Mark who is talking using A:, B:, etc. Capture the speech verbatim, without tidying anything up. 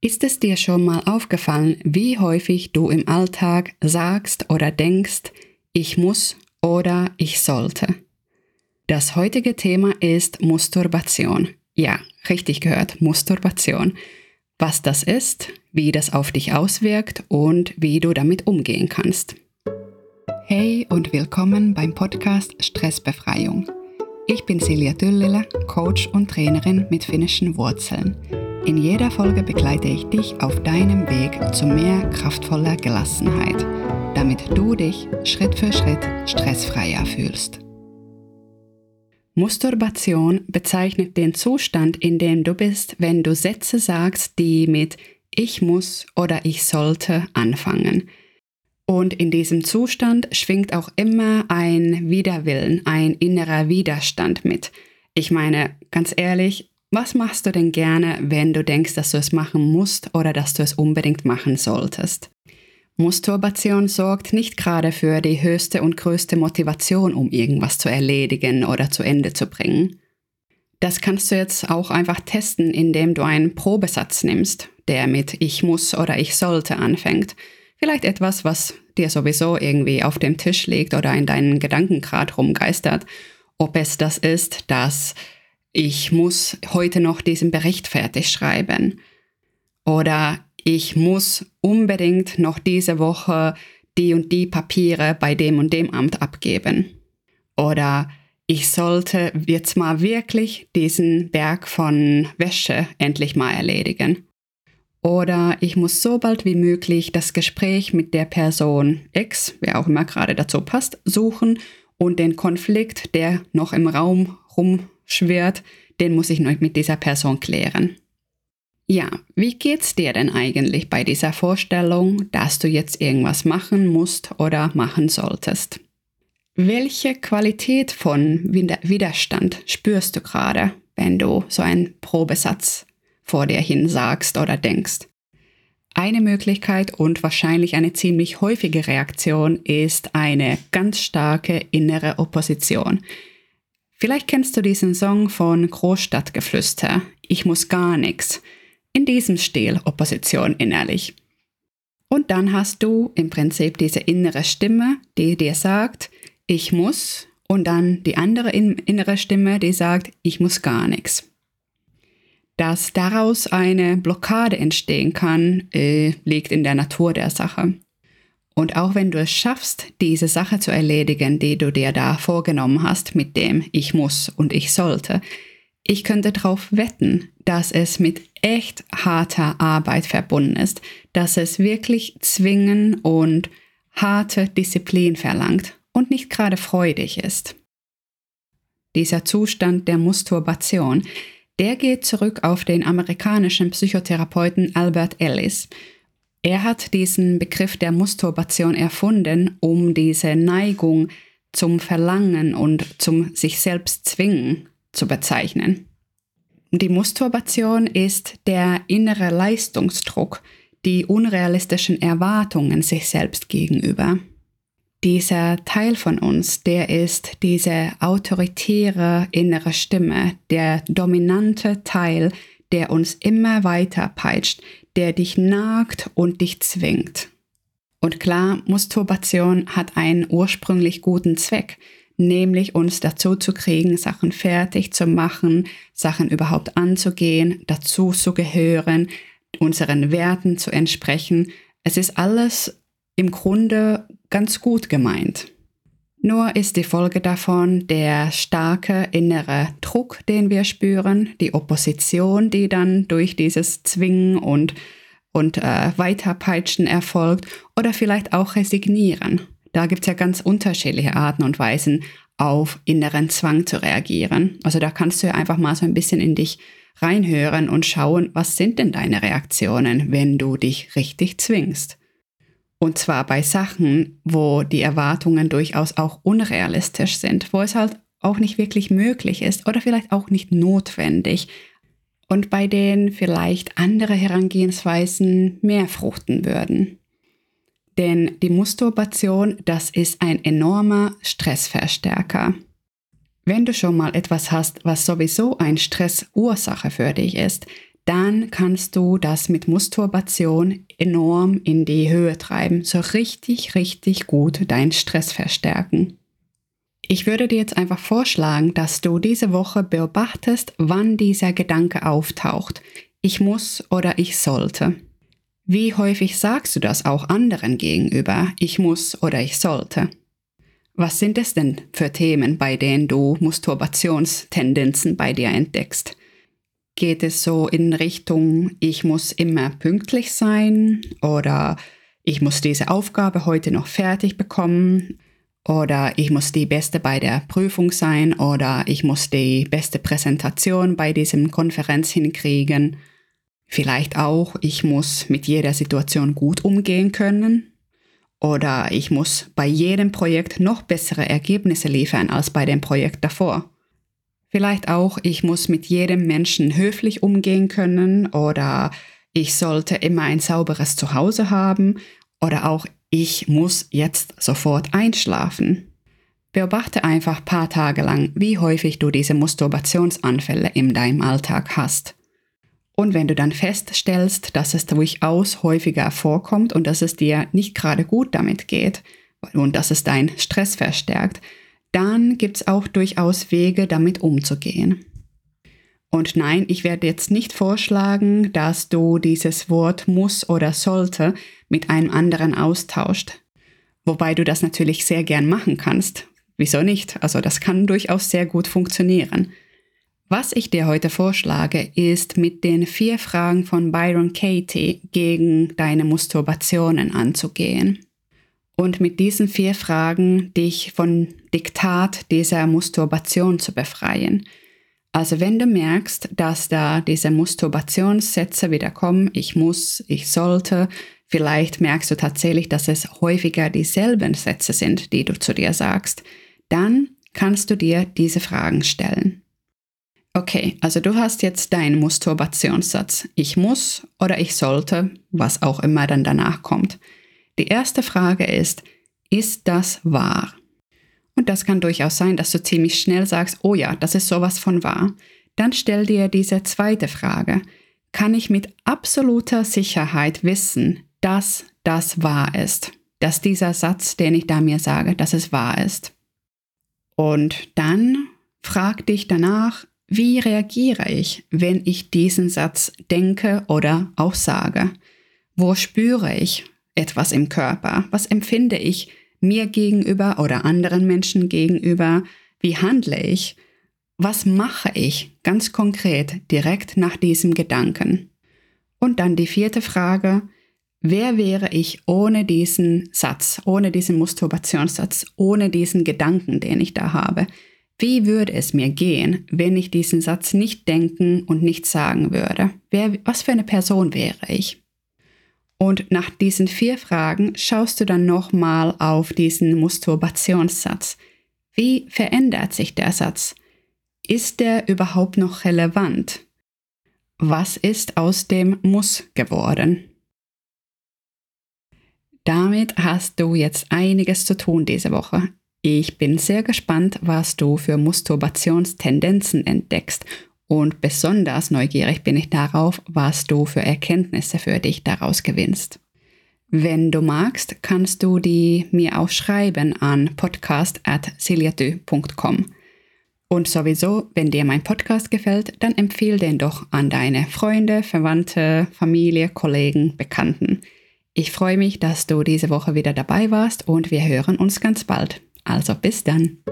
A: Ist es dir schon mal aufgefallen, wie häufig du im Alltag sagst oder denkst, ich muss oder ich sollte? Das heutige Thema ist Masturbation. Ja, richtig gehört, Masturbation. Was das ist, wie das auf dich auswirkt und wie du damit umgehen kannst. Hey und willkommen beim Podcast Stressbefreiung. Ich bin Silja Tyllilä, Coach und Trainerin mit finnischen Wurzeln. In jeder Folge begleite ich dich auf deinem Weg zu mehr kraftvoller Gelassenheit, damit du dich Schritt für Schritt stressfreier fühlst. Masturbation bezeichnet den Zustand, in dem du bist, wenn du Sätze sagst, die mit ich muss oder ich sollte anfangen. Und in diesem Zustand schwingt auch immer ein Widerwillen, ein innerer Widerstand mit. Ich meine, ganz ehrlich, was machst du denn gerne, wenn du denkst, dass du es machen musst oder dass du es unbedingt machen solltest? Masturbation sorgt nicht gerade für die höchste und größte Motivation, um irgendwas zu erledigen oder zu Ende zu bringen. Das kannst du jetzt auch einfach testen, indem du einen Probesatz nimmst, der mit ich muss oder ich sollte anfängt. Vielleicht etwas, was dir sowieso irgendwie auf dem Tisch liegt oder in deinen Gedanken gerade rumgeistert. Ob es das ist, dass ich muss heute noch diesen Bericht fertig schreiben. Oder ich muss unbedingt noch diese Woche die und die Papiere bei dem und dem Amt abgeben. Oder ich sollte jetzt mal wirklich diesen Berg von Wäsche endlich mal erledigen. Oder ich muss so bald wie möglich das Gespräch mit der Person X, wer auch immer gerade dazu passt, suchen und den Konflikt, der noch im Raum rumschwirrt, den muss ich noch mit dieser Person klären. Ja, wie geht's dir denn eigentlich bei dieser Vorstellung, dass du jetzt irgendwas machen musst oder machen solltest? Welche Qualität von Widerstand spürst du gerade, wenn du so einen Probesatz vor dir hin sagst oder denkst? Eine Möglichkeit und wahrscheinlich eine ziemlich häufige Reaktion ist eine ganz starke innere Opposition. Vielleicht kennst du diesen Song von Großstadtgeflüster, Ich muss gar nichts. In diesem Stil Opposition innerlich. Und dann hast du im Prinzip diese innere Stimme, die dir sagt, ich muss, und dann die andere innere Stimme, die sagt, ich muss gar nichts. Dass daraus eine Blockade entstehen kann, äh, liegt in der Natur der Sache. Und auch wenn du es schaffst, diese Sache zu erledigen, die du dir da vorgenommen hast mit dem ich muss und ich sollte, ich könnte darauf wetten, dass es mit echt harter Arbeit verbunden ist, dass es wirklich Zwingen und harte Disziplin verlangt und nicht gerade freudig ist. Dieser Zustand der Masturbation, der geht zurück auf den amerikanischen Psychotherapeuten Albert Ellis. Er hat diesen Begriff der Masturbation erfunden, um diese Neigung zum Verlangen und zum sich selbst zwingen zu bezeichnen. Die Masturbation ist der innere Leistungsdruck, die unrealistischen Erwartungen sich selbst gegenüber. Dieser Teil von uns, der ist diese autoritäre innere Stimme, der dominante Teil, der uns immer weiter peitscht, der dich nagt und dich zwingt. Und klar, Masturbation hat einen ursprünglich guten Zweck, nämlich uns dazu zu kriegen, Sachen fertig zu machen, Sachen überhaupt anzugehen, dazu zu gehören, unseren Werten zu entsprechen. Es ist alles im Grunde ganz gut gemeint. Nur ist die Folge davon der starke innere Druck, den wir spüren, die Opposition, die dann durch dieses Zwingen und, und äh, Weiterpeitschen erfolgt oder vielleicht auch Resignieren. Da gibt es ja ganz unterschiedliche Arten und Weisen, auf inneren Zwang zu reagieren. Also da kannst du ja einfach mal so ein bisschen in dich reinhören und schauen, was sind denn deine Reaktionen, wenn du dich richtig zwingst. Und zwar bei Sachen, wo die Erwartungen durchaus auch unrealistisch sind, wo es halt auch nicht wirklich möglich ist oder vielleicht auch nicht notwendig und bei denen vielleicht andere Herangehensweisen mehr fruchten würden. Denn die Masturbation, das ist ein enormer Stressverstärker. Wenn du schon mal etwas hast, was sowieso eine Stressursache für dich ist, dann kannst du das mit Masturbation enorm in die Höhe treiben, so richtig, richtig gut deinen Stress verstärken. Ich würde dir jetzt einfach vorschlagen, dass du diese Woche beobachtest, wann dieser Gedanke auftaucht. Ich muss oder ich sollte. Wie häufig sagst du das auch anderen gegenüber? Ich muss oder ich sollte. Was sind es denn für Themen, bei denen du Masturbationstendenzen bei dir entdeckst? Geht es so in Richtung, ich muss immer pünktlich sein oder ich muss diese Aufgabe heute noch fertig bekommen oder ich muss die Beste bei der Prüfung sein oder ich muss die beste Präsentation bei diesem Konferenz hinkriegen? Vielleicht auch, ich muss mit jeder Situation gut umgehen können. Oder ich muss bei jedem Projekt noch bessere Ergebnisse liefern als bei dem Projekt davor. Vielleicht auch, ich muss mit jedem Menschen höflich umgehen können oder ich sollte immer ein sauberes Zuhause haben oder auch ich muss jetzt sofort einschlafen. Beobachte einfach ein paar Tage lang, wie häufig du diese Masturbationsanfälle in deinem Alltag hast. Und wenn du dann feststellst, dass es durchaus häufiger vorkommt und dass es dir nicht gerade gut damit geht und dass es deinen Stress verstärkt, dann gibt es auch durchaus Wege, damit umzugehen. Und nein, ich werde jetzt nicht vorschlagen, dass du dieses Wort muss oder sollte mit einem anderen austauscht. Wobei du das natürlich sehr gern machen kannst. Wieso nicht? Also das kann durchaus sehr gut funktionieren. Was ich dir heute vorschlage, ist mit den vier Fragen von Byron Katie gegen deine Masturbationen anzugehen. Und mit diesen vier Fragen dich von Diktat dieser Masturbation zu befreien. Also wenn du merkst, dass da diese Masturbationssätze wieder kommen, ich muss, ich sollte, vielleicht merkst du tatsächlich, dass es häufiger dieselben Sätze sind, die du zu dir sagst, dann kannst du dir diese Fragen stellen. Okay, also du hast jetzt deinen Masturbationssatz. Ich muss oder ich sollte, was auch immer dann danach kommt. Die erste Frage ist, ist das wahr? Und das kann durchaus sein, dass du ziemlich schnell sagst, oh ja, das ist sowas von wahr. Dann stell dir diese zweite Frage. Kann ich mit absoluter Sicherheit wissen, dass das wahr ist? Dass dieser Satz, den ich da mir sage, dass es wahr ist? Und dann frag dich danach, wie reagiere ich, wenn ich diesen Satz denke oder auch sage? Wo spüre ich etwas im Körper? Was empfinde ich mir gegenüber oder anderen Menschen gegenüber? Wie handle ich? Was mache ich ganz konkret direkt nach diesem Gedanken? Und dann die vierte Frage, wer wäre ich ohne diesen Satz, ohne diesen Masturbationssatz, ohne diesen Gedanken, den ich da habe? Wie würde es mir gehen, wenn ich diesen Satz nicht denken und nicht sagen würde? Wer, was für eine Person wäre ich? Und nach diesen vier Fragen schaust du dann nochmal auf diesen Masturbationssatz. Wie verändert sich der Satz? Ist der überhaupt noch relevant? Was ist aus dem Muss geworden? Damit hast du jetzt einiges zu tun diese Woche. Ich bin sehr gespannt, was du für Masturbationstendenzen entdeckst und besonders neugierig bin ich darauf, was du für Erkenntnisse für dich daraus gewinnst. Wenn du magst, kannst du die mir auch schreiben an podcast at siljatty punkt com. Und sowieso, wenn dir mein Podcast gefällt, dann empfehle den doch an deine Freunde, Verwandte, Familie, Kollegen, Bekannten. Ich freue mich, dass du diese Woche wieder dabei warst und wir hören uns ganz bald. Also bis dann.